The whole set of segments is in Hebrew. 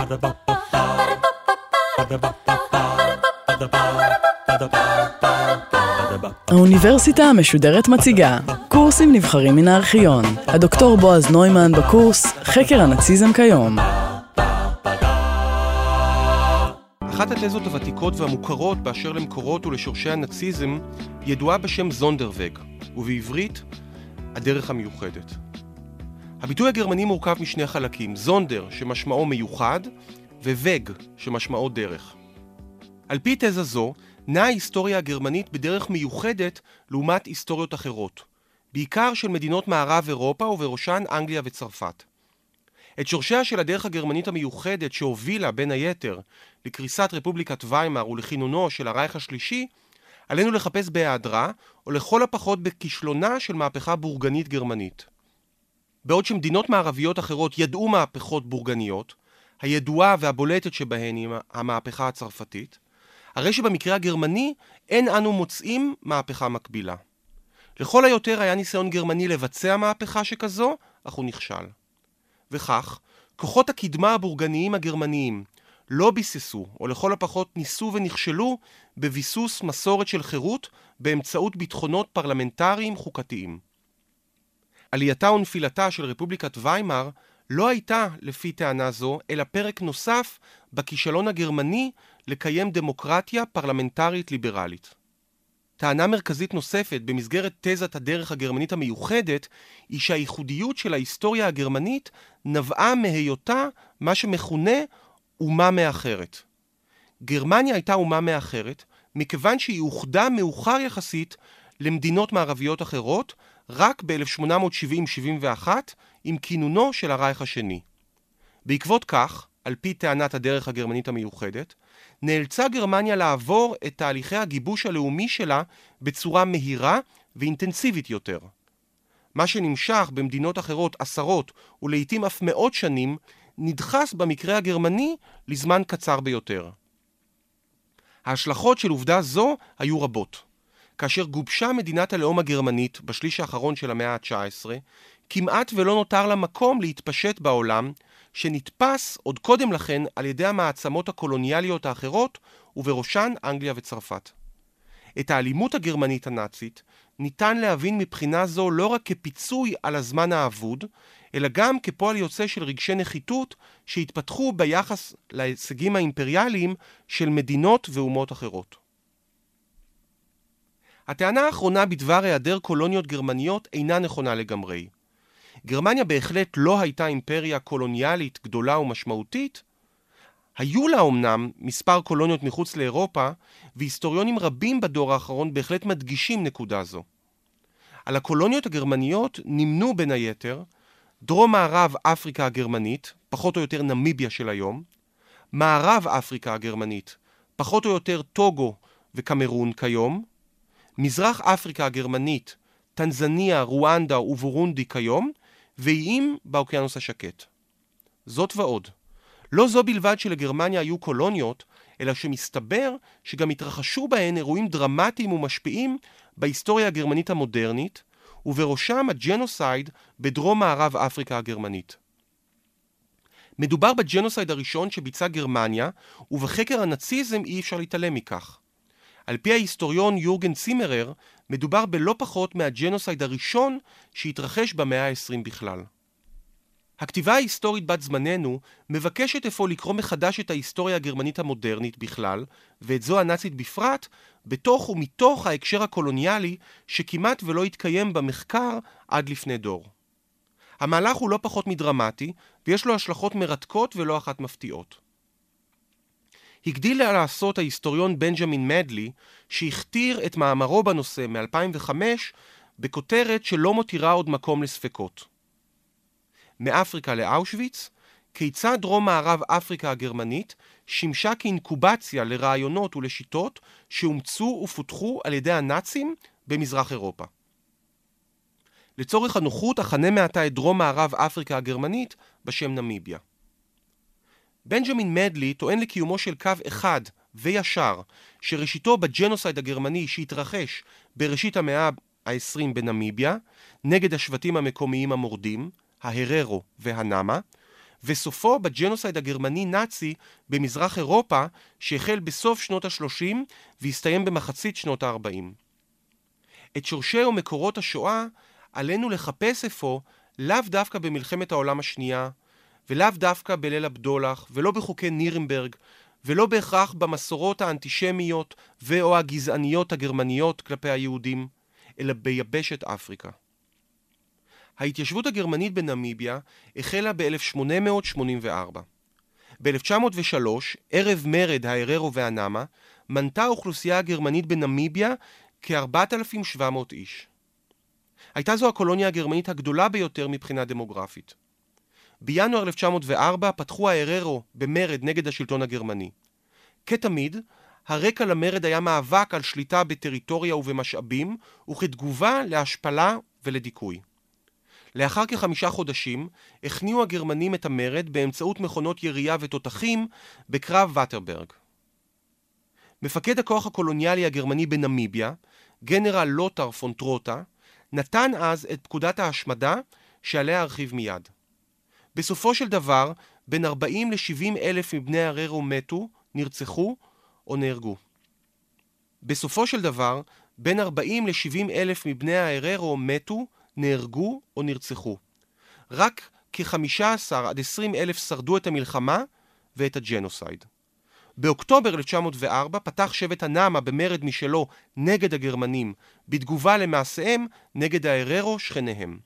האוניברסיטה המשודרת מציגה קורסים נבחרים מן הארכיון. הדוקטור בועז נוימן בקורס חקר הנאציזם כיום. אחת התזות הוותיקות והמוכרות באשר למקורות ולשורשי הנאציזם ידועה בשם זונדרוג, ובעברית הדרך המיוחדת. הביטוי הגרמני מורכב משני חלקים, זונדר שמשמעו מיוחד וווג שמשמעו דרך. על פי תזה זו נעה ההיסטוריה הגרמנית בדרך מיוחדת לעומת היסטוריות אחרות, בעיקר של מדינות מערב אירופה ובראשן אנגליה וצרפת. את שורשיה של הדרך הגרמנית המיוחדת שהובילה בין היתר לקריסת רפובליקת ויימאר ולכינונו של הרייך השלישי, עלינו לחפש בהיעדרה או לכל הפחות בכישלונה של מהפכה בורגנית גרמנית. בעוד שמדינות מערביות אחרות ידעו מהפכות בורגניות, הידועה והבולטת שבהן היא המהפכה הצרפתית, הרי שבמקרה הגרמני אין אנו מוצאים מהפכה מקבילה. לכל היותר היה ניסיון גרמני לבצע מהפכה שכזו, אך הוא נכשל. וכך, כוחות הקדמה הבורגניים הגרמניים לא ביססו, או לכל הפחות ניסו ונכשלו, בביסוס מסורת של חירות באמצעות ביטחונות פרלמנטריים חוקתיים. עלייתה ונפילתה של רפובליקת ויימאר לא הייתה, לפי טענה זו, אלא פרק נוסף בכישלון הגרמני לקיים דמוקרטיה פרלמנטרית ליברלית. טענה מרכזית נוספת במסגרת תזת הדרך הגרמנית המיוחדת היא שהייחודיות של ההיסטוריה הגרמנית נבעה מהיותה מה שמכונה אומה מאחרת. גרמניה הייתה אומה מאחרת מכיוון שהיא אוחדה מאוחר יחסית למדינות מערביות אחרות רק ב-1870-71 עם כינונו של הרייך השני. בעקבות כך, על פי טענת הדרך הגרמנית המיוחדת, נאלצה גרמניה לעבור את תהליכי הגיבוש הלאומי שלה בצורה מהירה ואינטנסיבית יותר. מה שנמשך במדינות אחרות עשרות ולעיתים אף מאות שנים, נדחס במקרה הגרמני לזמן קצר ביותר. ההשלכות של עובדה זו היו רבות. כאשר גובשה מדינת הלאום הגרמנית בשליש האחרון של המאה ה-19, כמעט ולא נותר לה מקום להתפשט בעולם, שנתפס עוד קודם לכן על ידי המעצמות הקולוניאליות האחרות, ובראשן אנגליה וצרפת. את האלימות הגרמנית הנאצית ניתן להבין מבחינה זו לא רק כפיצוי על הזמן האבוד, אלא גם כפועל יוצא של רגשי נחיתות שהתפתחו ביחס להישגים האימפריאליים של מדינות ואומות אחרות. הטענה האחרונה בדבר היעדר קולוניות גרמניות אינה נכונה לגמרי. גרמניה בהחלט לא הייתה אימפריה קולוניאלית גדולה ומשמעותית. היו לה אומנם מספר קולוניות מחוץ לאירופה, והיסטוריונים רבים בדור האחרון בהחלט מדגישים נקודה זו. על הקולוניות הגרמניות נמנו בין היתר דרום מערב אפריקה הגרמנית, פחות או יותר נמיביה של היום, מערב אפריקה הגרמנית, פחות או יותר טוגו וקמרון כיום, מזרח אפריקה הגרמנית, טנזניה, רואנדה ובורונדי כיום, ואיים באוקיינוס השקט. זאת ועוד. לא זו בלבד שלגרמניה היו קולוניות, אלא שמסתבר שגם התרחשו בהן אירועים דרמטיים ומשפיעים בהיסטוריה הגרמנית המודרנית, ובראשם הג'נוסייד בדרום מערב אפריקה הגרמנית. מדובר בג'נוסייד הראשון שביצעה גרמניה, ובחקר הנאציזם אי אפשר להתעלם מכך. על פי ההיסטוריון יורגן צימרר, מדובר בלא פחות מהג'נוסייד הראשון שהתרחש במאה ה-20 בכלל. הכתיבה ההיסטורית בת זמננו מבקשת אפוא לקרוא מחדש את ההיסטוריה הגרמנית המודרנית בכלל, ואת זו הנאצית בפרט, בתוך ומתוך ההקשר הקולוניאלי שכמעט ולא התקיים במחקר עד לפני דור. המהלך הוא לא פחות מדרמטי, ויש לו השלכות מרתקות ולא אחת מפתיעות. הגדיל לעשות ההיסטוריון בנג'מין מדלי, שהכתיר את מאמרו בנושא מ-2005 בכותרת שלא מותירה עוד מקום לספקות. מאפריקה לאושוויץ, כיצד דרום מערב אפריקה הגרמנית שימשה כאינקובציה לרעיונות ולשיטות שאומצו ופותחו על ידי הנאצים במזרח אירופה. לצורך הנוחות אכנה מעתה את דרום מערב אפריקה הגרמנית בשם נמיביה. בנג'מין מדלי טוען לקיומו של קו אחד וישר שראשיתו בג'נוסייד הגרמני שהתרחש בראשית המאה ה-20 בנמיביה נגד השבטים המקומיים המורדים, ההררו והנאמה, וסופו בג'נוסייד הגרמני-נאצי במזרח אירופה, שהחל בסוף שנות ה-30 והסתיים במחצית שנות ה-40. את שורשי ומקורות השואה עלינו לחפש אפוא לאו דווקא במלחמת העולם השנייה, ולאו דווקא בליל הבדולח, ולא בחוקי נירנברג, ולא בהכרח במסורות האנטישמיות ואו הגזעניות הגרמניות כלפי היהודים, אלא ביבשת אפריקה. ההתיישבות הגרמנית בנמיביה החלה ב-1884. ב-1903, ערב מרד האררו והנאמה, מנתה האוכלוסייה הגרמנית בנמיביה כ-4,700 איש. הייתה זו הקולוניה הגרמנית הגדולה ביותר מבחינה דמוגרפית. בינואר 1904 פתחו האררו במרד נגד השלטון הגרמני. כתמיד, הרקע למרד היה מאבק על שליטה בטריטוריה ובמשאבים, וכתגובה להשפלה ולדיכוי. לאחר כ5 חודשים, הכניעו הגרמנים את המרד באמצעות מכונות ירייה ותותחים בקרב וטרברג. מפקד הכוח הקולוניאלי הגרמני בנמיביה, גנרל לוטר פון טרוטה, נתן אז את פקודת ההשמדה שעליה ארחיב מיד. בסופו של דבר, בין 40 ל-70 אלף מבני האררו מתו, נרצחו או נהרגו. בסופו של דבר, בין 40 ל-70 אלף מבני האררו מתו, נהרגו או נרצחו. רק כ-15 עד 20 אלף שרדו את המלחמה ואת הג'נוסייד. באוקטובר 1904 פתח שבט הנאמה במרד משלו נגד הגרמנים, בתגובה למעשיהם נגד האררו שכניהם.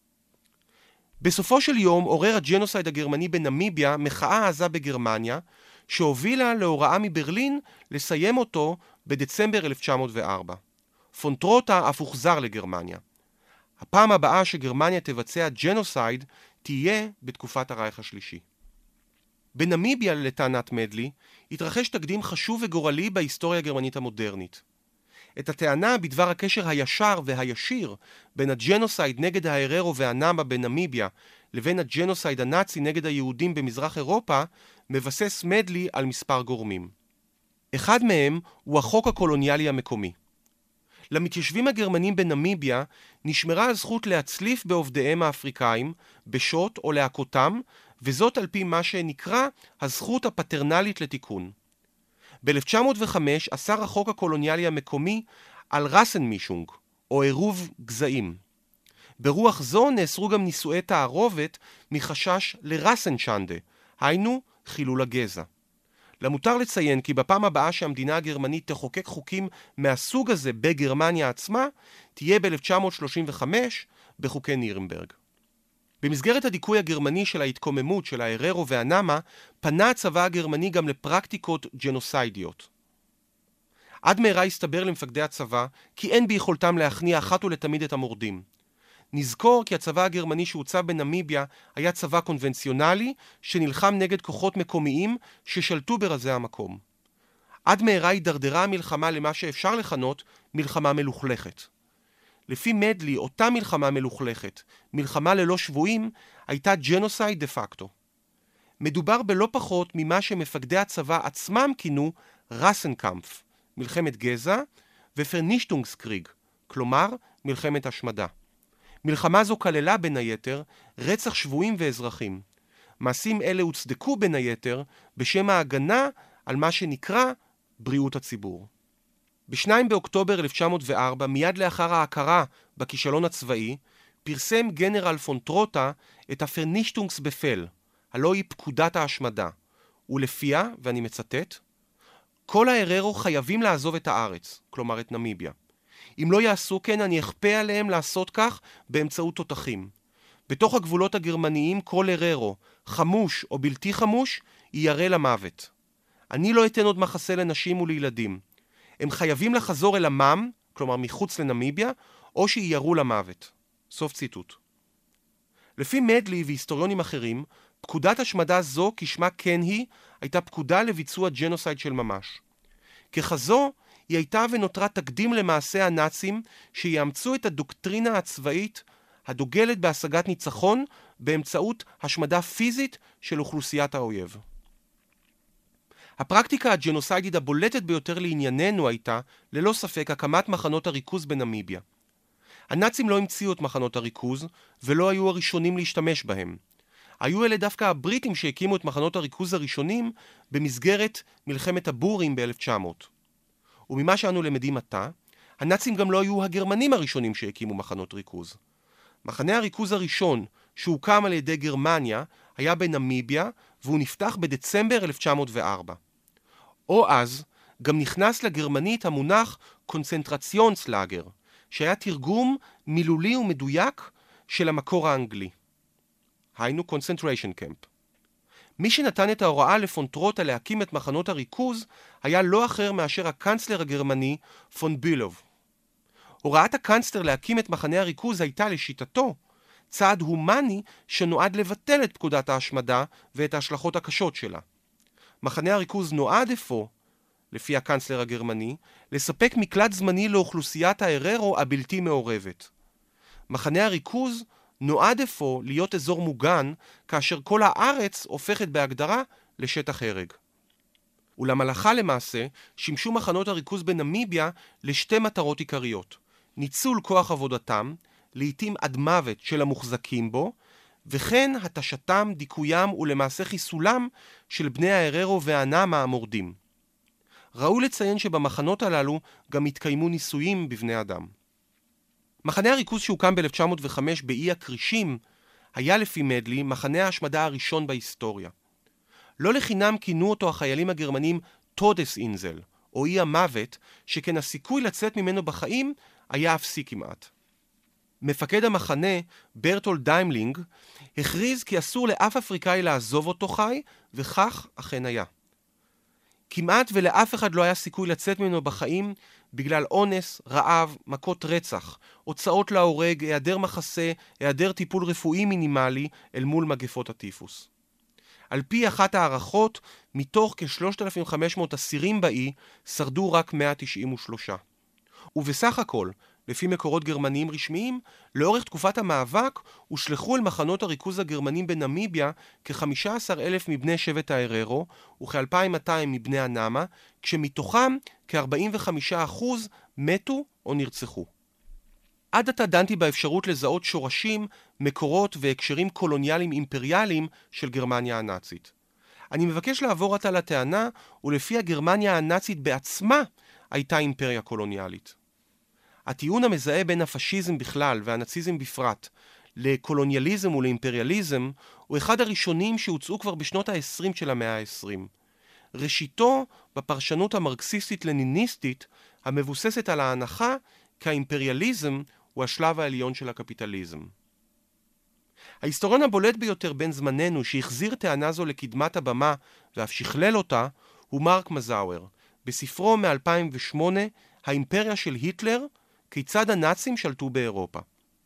בסופו של יום עורר הג'נוסייד הגרמני בנמיביה מחאה עזה בגרמניה, שהובילה להוראה מברלין לסיים אותו בדצמבר 1904. פון טרוטה אף הוחזר לגרמניה. הפעם הבאה שגרמניה תבצע ג'נוסייד תהיה בתקופת הרייך השלישי. בנמיביה, לטענת מדלי, התרחש תקדים חשוב וגורלי בהיסטוריה הגרמנית המודרנית. את הטענה בדבר הקשר הישר והישיר בין הג'נוסייד נגד האררו והנאמה בנמיביה לבין הג'נוסייד הנאצי נגד היהודים במזרח אירופה מבסס מדלי על מספר גורמים. אחד מהם הוא החוק הקולוניאלי המקומי. למתיישבים הגרמנים בנמיביה נשמרה הזכות להצליף בעובדיהם האפריקאים, בשוט או להכותם, וזאת על פי מה שנקרא הזכות הפטרנלית לתיקון. ב-1905 אסר החוק הקולוניאלי המקומי על רסנמישונג, או עירוב גזעים. ברוח זו נאסרו גם נישואי תערובת מחשש לרסנשנדה, היינו חילול הגזע. למותר לציין כי בפעם הבאה שהמדינה הגרמנית תחוקק חוקים מהסוג הזה בגרמניה עצמה, תהיה ב-1935 בחוקי נירנברג. במסגרת הדיכוי הגרמני של ההתקוממות של האררו והנאמה, פנה הצבא הגרמני גם לפרקטיקות ג'נוסיידיות. עד מהרה הסתבר למפקדי הצבא כי אין ביכולתם להכניע אחת ולתמיד את המורדים. נזכור כי הצבא הגרמני שהוצב בנמיביה היה צבא קונבנציונלי שנלחם נגד כוחות מקומיים ששלטו ברזי המקום. עד מהרה הידרדרה המלחמה למה שאפשר לכנות מלחמה מלוכלכת. לפי מדלי, אותה מלחמה מלוכלכת, מלחמה ללא שבויים, הייתה ג'נוסייד דה פקטו. מדובר בלא פחות ממה שמפקדי הצבא עצמם כינו רסנקאמפף, מלחמת גזע, ופרנישטונגסקריג, כלומר מלחמת השמדה. מלחמה זו כללה בין היתר רצח שבויים ואזרחים. מעשים אלה הוצדקו בין היתר בשם ההגנה על מה שנקרא בריאות הציבור. ב-2 באוקטובר 1904, מיד לאחר ההכרה בכישלון הצבאי, פרסם גנרל פון טרוטה את הפרנישטונגסבפל, הלא היא פקודת ההשמדה, ולפיה, ואני מצטט, כל האררו חייבים לעזוב את הארץ, כלומר את נמיביה. אם לא יעשו כן, אני אכפה עליהם לעשות כך באמצעות תותחים. בתוך הגבולות הגרמניים כל אררו, חמוש או בלתי חמוש, יירה למוות. אני לא אתן עוד מחסה לנשים ולילדים. הם חייבים לחזור אל עמם, כלומר מחוץ לנמיביה, או שיירו למוות. סוף ציטוט. לפי מדלי והיסטוריונים אחרים, פקודת השמדה זו, כשמה כן היא, הייתה פקודה לביצוע ג'נוסייד של ממש. ככזו, היא הייתה ונותרה תקדים למעשה הנאצים שיאמצו את הדוקטרינה הצבאית הדוגלת בהשגת ניצחון באמצעות השמדה פיזית של אוכלוסיית האויב. הפרקטיקה הג'נוסיידית הבולטת ביותר לענייננו הייתה, ללא ספק, הקמת מחנות הריכוז בנמיביה. הנאצים לא המציאו את מחנות הריכוז ולא היו הראשונים להשתמש בהם. היו אלה דווקא הבריטים שהקימו את מחנות הריכוז הראשונים במסגרת מלחמת הבורים ב-1900. וממה שאנו למדים עתה, הנאצים גם לא היו הגרמנים הראשונים שהקימו מחנות ריכוז. מחנה הריכוז הראשון שהוקם על ידי גרמניה היה בנמיביה, והוא נפתח בדצמבר 1904. או אז גם נכנס לגרמנית המונח קונצנטרציונצלאגר, שהיה תרגום מילולי ומדויק של המקור האנגלי. היינו concentration camp. מי שנתן את ההוראה לפונטרוטה להקים את מחנות הריכוז היה לא אחר מאשר הקנצלר הגרמני פון בילוב. הוראת הקנצלר להקים את מחנה הריכוז הייתה לשיטתו צעד הומני שנועד לבטל את פקודת ההשמדה ואת ההשלכות הקשות שלה. מחנה הריכוז נועד אפוא, לפי הקנצלר הגרמני, לספק מקלט זמני לאוכלוסיית ההררו הבלתי מעורבת. מחנה הריכוז נועד אפוא להיות אזור מוגן כאשר כל הארץ הופכת בהגדרה לשטח הרג. אולם הלכה למעשה שימשו מחנות הריכוז בנמיביה לשתי מטרות עיקריות: ניצול כוח עבודתם, לעתים עד מוות של המוחזקים בו, וכן התשתם, דיכוים ולמעשה חיסולם של בני ההררו והנאמה המורדים. ראוי לציין שבמחנות הללו גם התקיימו ניסויים בבני אדם. מחנה הריכוז שהוקם ב-1905 באי הקרישים היה לפי מדלי מחנה ההשמדה הראשון בהיסטוריה. לא לחינם כינו אותו החיילים הגרמנים טודס אינזל, או אי המוות, שכן הסיכוי לצאת ממנו בחיים היה אפסי כמעט. מפקד המחנה, ברטול דיימלינג, הכריז כי אסור לאף אפריקאי לעזוב אותו חי, וכך אכן היה. כמעט ולאף אחד לא היה סיכוי לצאת ממנו בחיים בגלל אונס, רעב, מכות רצח, הוצאות להורג, היעדר מחסה, היעדר טיפול רפואי מינימלי אל מול מגפות הטיפוס. על פי אחת הערכות, מתוך כ-3,500 אסירים באי, שרדו רק 193. ובסך הכל, לפי מקורות גרמניים רשמיים, לאורך תקופת המאבק הושלחו אל מחנות הריכוז הגרמנים בנמיביה כ-15,000 מבני שבט ההררו וכ-2,200 מבני הנאמה, כשמתוכם כ-45% מתו או נרצחו. עד עתה דנתי באפשרות לזהות שורשים, מקורות והקשרים קולוניאליים אימפריאליים של גרמניה הנאצית. אני מבקש לעבור עתה לטענה ולפיה גרמניה הנאצית בעצמה הייתה אימפריה קולוניאלית. הטיעון המזהה בין הפשיזם בכלל והנאציזם בפרט לקולוניאליזם ולאימפריאליזם הוא אחד הראשונים שהוצאו כבר בשנות ה-20 של המאה ה-20. ראשיתו בפרשנות המרקסיסטית-לניניסטית המבוססת על ההנחה כי האימפריאליזם הוא השלב העליון של הקפיטליזם. ההיסטוריון הבולט ביותר בין זמננו שהחזיר טענה זו לקדמת הבמה ואף שכלל אותה הוא מרק מזאואר, בספרו מ-2008 האימפריה של היטלר, כיצד הנאצים שלטו באירופה.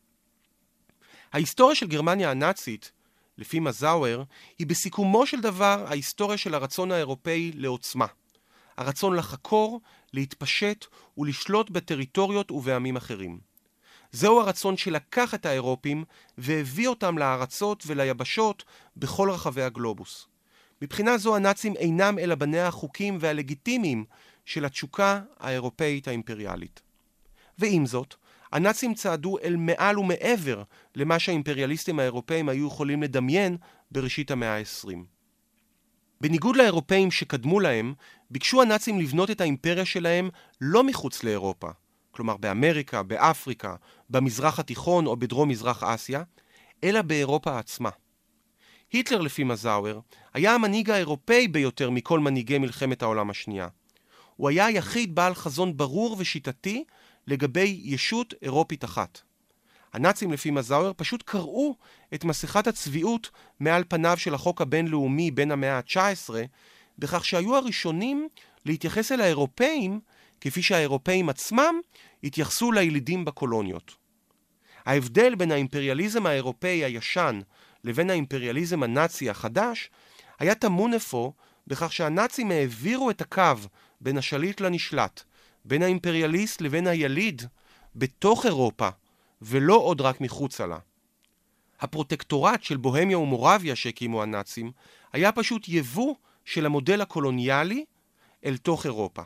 ההיסטוריה של גרמניה הנאצית, לפי מזאואר, היא בסיכומו של דבר ההיסטוריה של הרצון האירופאי לעוצמה. הרצון לחקור, להתפשט ולשלוט בטריטוריות ובעמים אחרים. זהו הרצון שלקח את האירופים והביא אותם לארצות וליבשות בכל רחבי הגלובוס. מבחינה זו הנאצים אינם אלא בניה החוקים והלגיטימיים של התשוקה האירופאית האימפריאלית. ועם זאת, הנאצים צעדו אל מעל ומעבר למה שהאימפריאליסטים האירופאים היו יכולים לדמיין בראשית המאה ה-20. בניגוד לאירופאים שקדמו להם, ביקשו הנאצים לבנות את האימפריה שלהם לא מחוץ לאירופה, כלומר באמריקה, באפריקה, במזרח התיכון או בדרום מזרח אסיה, אלא באירופה עצמה. היטלר לפי מזאואר היה המנהיג האירופאי ביותר מכל מנהיגי מלחמת העולם השנייה. הוא היה היחיד בעל חזון ברור ושיטתי לגבי ישות אירופית אחת. הנאצים לפי מזאואר פשוט קראו את מסכת הצביעות מעל פניו של החוק הבינלאומי בין המאה ה-19, בכך שהיו הראשונים להתייחס אל האירופאים כפי שהאירופאים עצמם התייחסו לילידים בקולוניות. ההבדל בין האימפריאליזם האירופאי הישן לבין האימפריאליזם הנאצי החדש היה טמון אפוא בכך שהנאצים העבירו את הקו בין השליט לנשלט, בין האימפריאליסט לבין היליד, בתוך אירופה, ולא עוד רק מחוצה לה. הפרוטקטורט של בוהמיה ומורביה שהקימו הנאצים, היה פשוט יבוא של המודל הקולוניאלי אל תוך אירופה.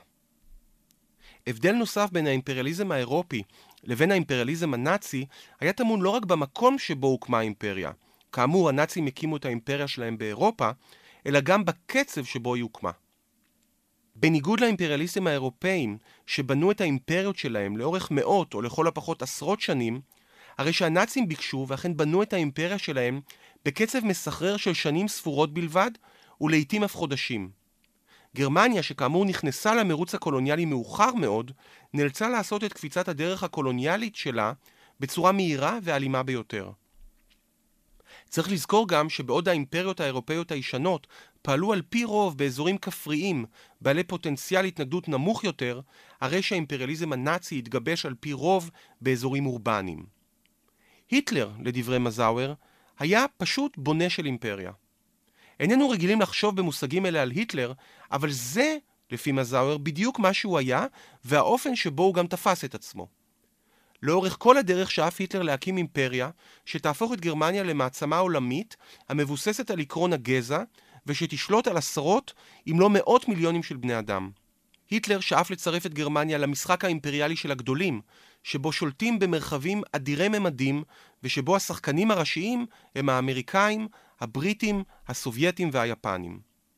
הבדל נוסף בין האימפריאליזם האירופי לבין האימפריאליזם הנאצי, היה טמון לא רק במקום שבו הוקמה האימפריה, כאמור, הנאצים הקימו את האימפריה שלהם באירופה, אלא גם בקצב שבו היא הוקמה. בניגוד לאימפריאליסטים האירופאים שבנו את האימפריות שלהם לאורך מאות או לכל הפחות עשרות שנים, הרי שהנאצים ביקשו ואכן בנו את האימפריה שלהם בקצב מסחרר של שנים ספורות בלבד ולעיתים אף חודשים. גרמניה, שכאמור נכנסה למרוץ הקולוניאלי מאוחר מאוד, נאלצה לעשות את קפיצת הדרך הקולוניאלית שלה בצורה מהירה ואלימה ביותר. צריך לזכור גם שבעוד האימפריות האירופאיות הישנות פעלו על פי רוב באזורים כפריים בעלי פוטנציאל התנגדות נמוך יותר, הרי שהאימפריאליזם הנאצי התגבש על פי רוב באזורים אורבניים. היטלר, לדברי מזאואר, היה פשוט בונה של אימפריה. איננו רגילים לחשוב במושגים אלה על היטלר, אבל זה, לפי מזאואר, בדיוק מה שהוא היה, והאופן שבו הוא גם תפס את עצמו. לאורך כל הדרך שאף היטלר להקים אימפריה, שתהפוך את גרמניה למעצמה עולמית, המבוססת על עקרון הגזע, ושתשלוט על עשרות, אם לא מאות מיליונים של בני אדם. היטלר שאף לצרף את גרמניה למשחק האימפריאלי של הגדולים, שבו שולטים במרחבים אדירי ממדים, ושבו השחקנים הראשיים הם האמריקאים, הבריטים, הסובייטים והיפנים.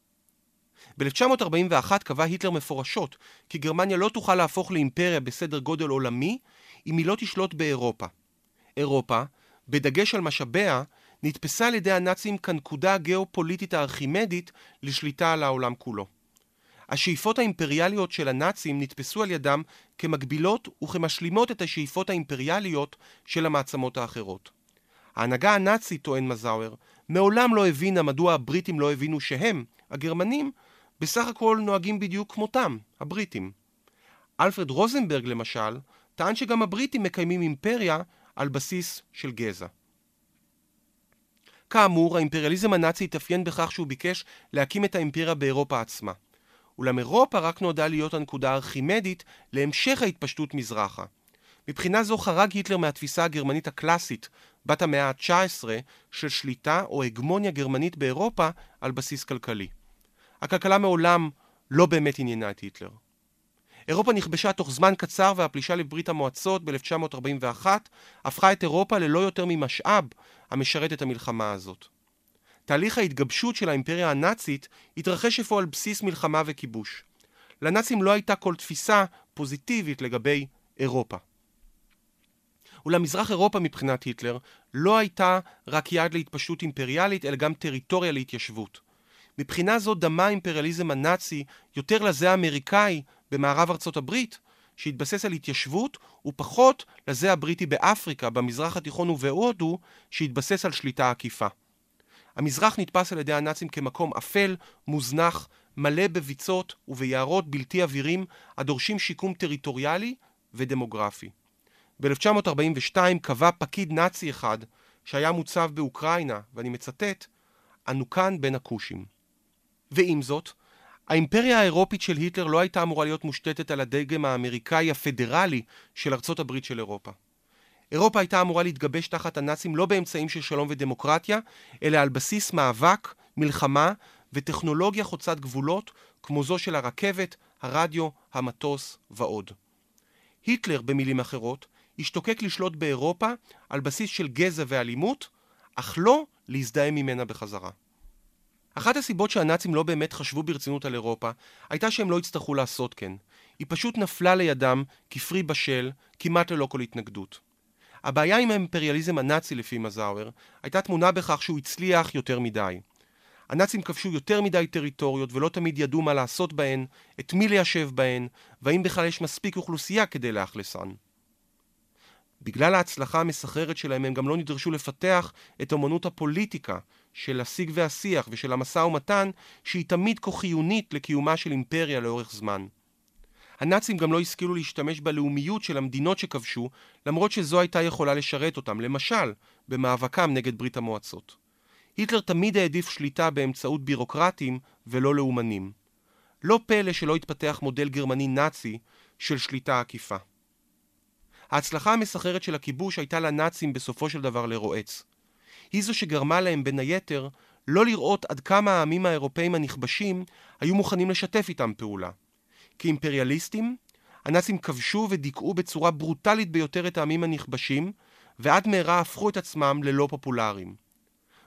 ב-1941 קבע היטלר מפורשות כי גרמניה לא תוכל להפוך לאימפריה בסדר גודל עולמי אם היא לא תשלוט באירופה. אירופה, בדגש על משאביה, נתפסה על ידי הנאצים כנקודה הגיאופוליטית הארכימדית לשליטה על העולם כולו. השאיפות האימפריאליות של הנאצים נתפסו על ידם כמקבילות וכמשלימות את השאיפות האימפריאליות של המעצמות האחרות. ההנהגה הנאצית, טוען מזאואר, מעולם לא הבינה מדוע הבריטים לא הבינו שהם, הגרמנים, בסך הכל נוהגים בדיוק כמותם, הבריטים. אלפרד רוזנברג למשל, טען שגם הבריטים מקיימים אימפריה על בסיס של גזע. כאמור, האימפריאליזם הנאצי התאפיין בכך שהוא ביקש להקים את האימפריה באירופה עצמה. אולם אירופה רק נועדה להיות הנקודה הארכימדית להמשך ההתפשטות מזרחה. מבחינה זו חרג היטלר מהתפיסה הגרמנית הקלאסית, בת המאה ה-19, של שליטה או הגמוניה גרמנית באירופה על בסיס כלכלי. הכלכלה מעולם לא באמת עניינה את היטלר. אירופה נכבשה תוך זמן קצר והפלישה לברית המועצות ב-1941 הפכה את אירופה ללא יותר ממשאב המשרת את המלחמה הזאת. תהליך ההתגבשות של האימפריה הנאצית התרחש אפוא על בסיס מלחמה וכיבוש. לנאצים לא הייתה כל תפיסה פוזיטיבית לגבי אירופה. ולמזרח אירופה מבחינת היטלר לא הייתה רק יעד להתפשטות אימפריאלית אלא גם טריטוריה להתיישבות. מבחינה זו דמה האימפריאליזם הנאצי יותר לזה האמריקאי במערב ארצות הברית, שהתבסס על התיישבות, ופחות לזה הבריטי באפריקה, במזרח התיכון ובהודו, שהתבסס על שליטה עקיפה. המזרח נתפס על ידי הנאצים כמקום אפל, מוזנח, מלא בביצות וביערות בלתי אווירים, הדורשים שיקום טריטוריאלי ודמוגרפי. ב-1942 קבע פקיד נאצי אחד, שהיה מוצב באוקראינה, ואני מצטט, "אנו כאן בין הכושים". ועם זאת, האימפריה האירופית של היטלר לא הייתה אמורה להיות מושתתת על הדגם האמריקאי הפדרלי של ארצות הברית של אירופה. אירופה הייתה אמורה להתגבש תחת הנאצים לא באמצעים של שלום ודמוקרטיה, אלא על בסיס מאבק, מלחמה וטכנולוגיה חוצת גבולות, כמו זו של הרכבת, הרדיו, המטוס ועוד. היטלר, במילים אחרות, השתוקק לשלוט באירופה על בסיס של גזע ואלימות, אך לא להזדהם ממנה בחזרה. אחת הסיבות שהנאצים לא באמת חשבו ברצינות על אירופה, הייתה שהם לא הצטרכו לעשות כן. היא פשוט נפלה לידם כפרי בשל, כמעט ללא כל התנגדות. הבעיה עם האימפריאליזם הנאצי לפי מזאואר, הייתה תמונה בכך שהוא הצליח יותר מדי. הנאצים כבשו יותר מדי טריטוריות ולא תמיד ידעו מה לעשות בהן, את מי ליישב בהן, והאם בכלל יש מספיק אוכלוסייה כדי לאכלסן. בגלל ההצלחה המסחררת שלהם הם גם לא נדרשו לפתח את אמנות הפוליטיקה של השיג והשיח ושל המשא ומתן שהיא תמיד כה חיונית לקיומה של אימפריה לאורך זמן. הנאצים גם לא השכילו להשתמש בלאומיות של המדינות שכבשו, למרות שזו הייתה יכולה לשרת אותם, למשל במאבקם נגד ברית המועצות. היטלר תמיד העדיף שליטה באמצעות בירוקרטים ולא לאומנים. לא פלא שלא התפתח מודל גרמני נאצי של שליטה עקיפה. ההצלחה המסחררת של הכיבוש הייתה לנאצים בסופו של דבר לרועץ. היא זו שגרמה להם בין היתר לא לראות עד כמה העמים האירופאים הנכבשים היו מוכנים לשתף איתם פעולה. כאימפריאליסטים, הנאצים כבשו ודיכאו בצורה ברוטלית ביותר את העמים הנכבשים, ועד מהרה הפכו את עצמם ללא פופולריים.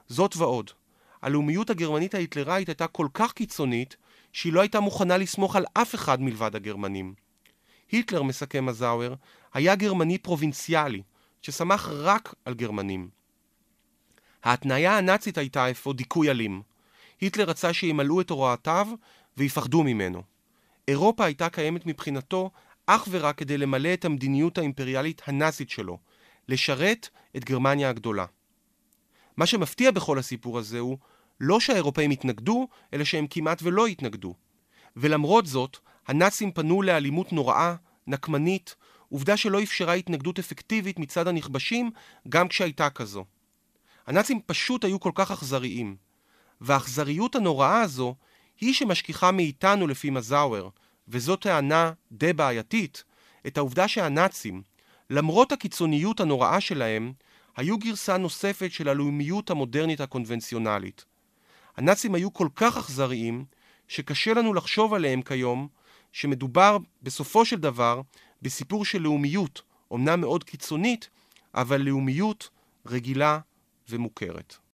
זאת ועוד, הלאומיות הגרמנית ההיטלראית הייתה כל כך קיצונית, שהיא לא הייתה מוכנה לסמוך על אף אחד מלבד הגרמנים. היטלר, מסכם מזאואר, היה גרמני פרובינציאלי, שסמך רק על גרמנים. ההתניה הנאצית הייתה אפוא דיכוי אלים. היטלר רצה שימלאו את הוראותיו ויפחדו ממנו. אירופה הייתה קיימת מבחינתו אך ורק כדי למלא את המדיניות האימפריאלית הנאצית שלו, לשרת את גרמניה הגדולה. מה שמפתיע בכל הסיפור הזה הוא לא שהאירופאים התנגדו, אלא שהם כמעט ולא התנגדו. ולמרות זאת, הנאצים פנו לאלימות נוראה, נקמנית, עובדה שלא אפשרה התנגדות אפקטיבית מצד הנכבשים גם כשהייתה כזו. הנאצים פשוט היו כל כך אכזריים, והאכזריות הנוראה הזו היא שמשכיחה מאיתנו לפי מזאואר, וזו טענה די בעייתית, את העובדה שהנאצים, למרות הקיצוניות הנוראה שלהם, היו גרסה נוספת של הלאומיות המודרנית הקונבנציונלית. הנאצים היו כל כך אכזריים, שקשה לנו לחשוב עליהם כיום, שמדובר בסופו של דבר בסיפור של לאומיות, אומנם מאוד קיצונית, אבל לאומיות רגילה ומוכרת.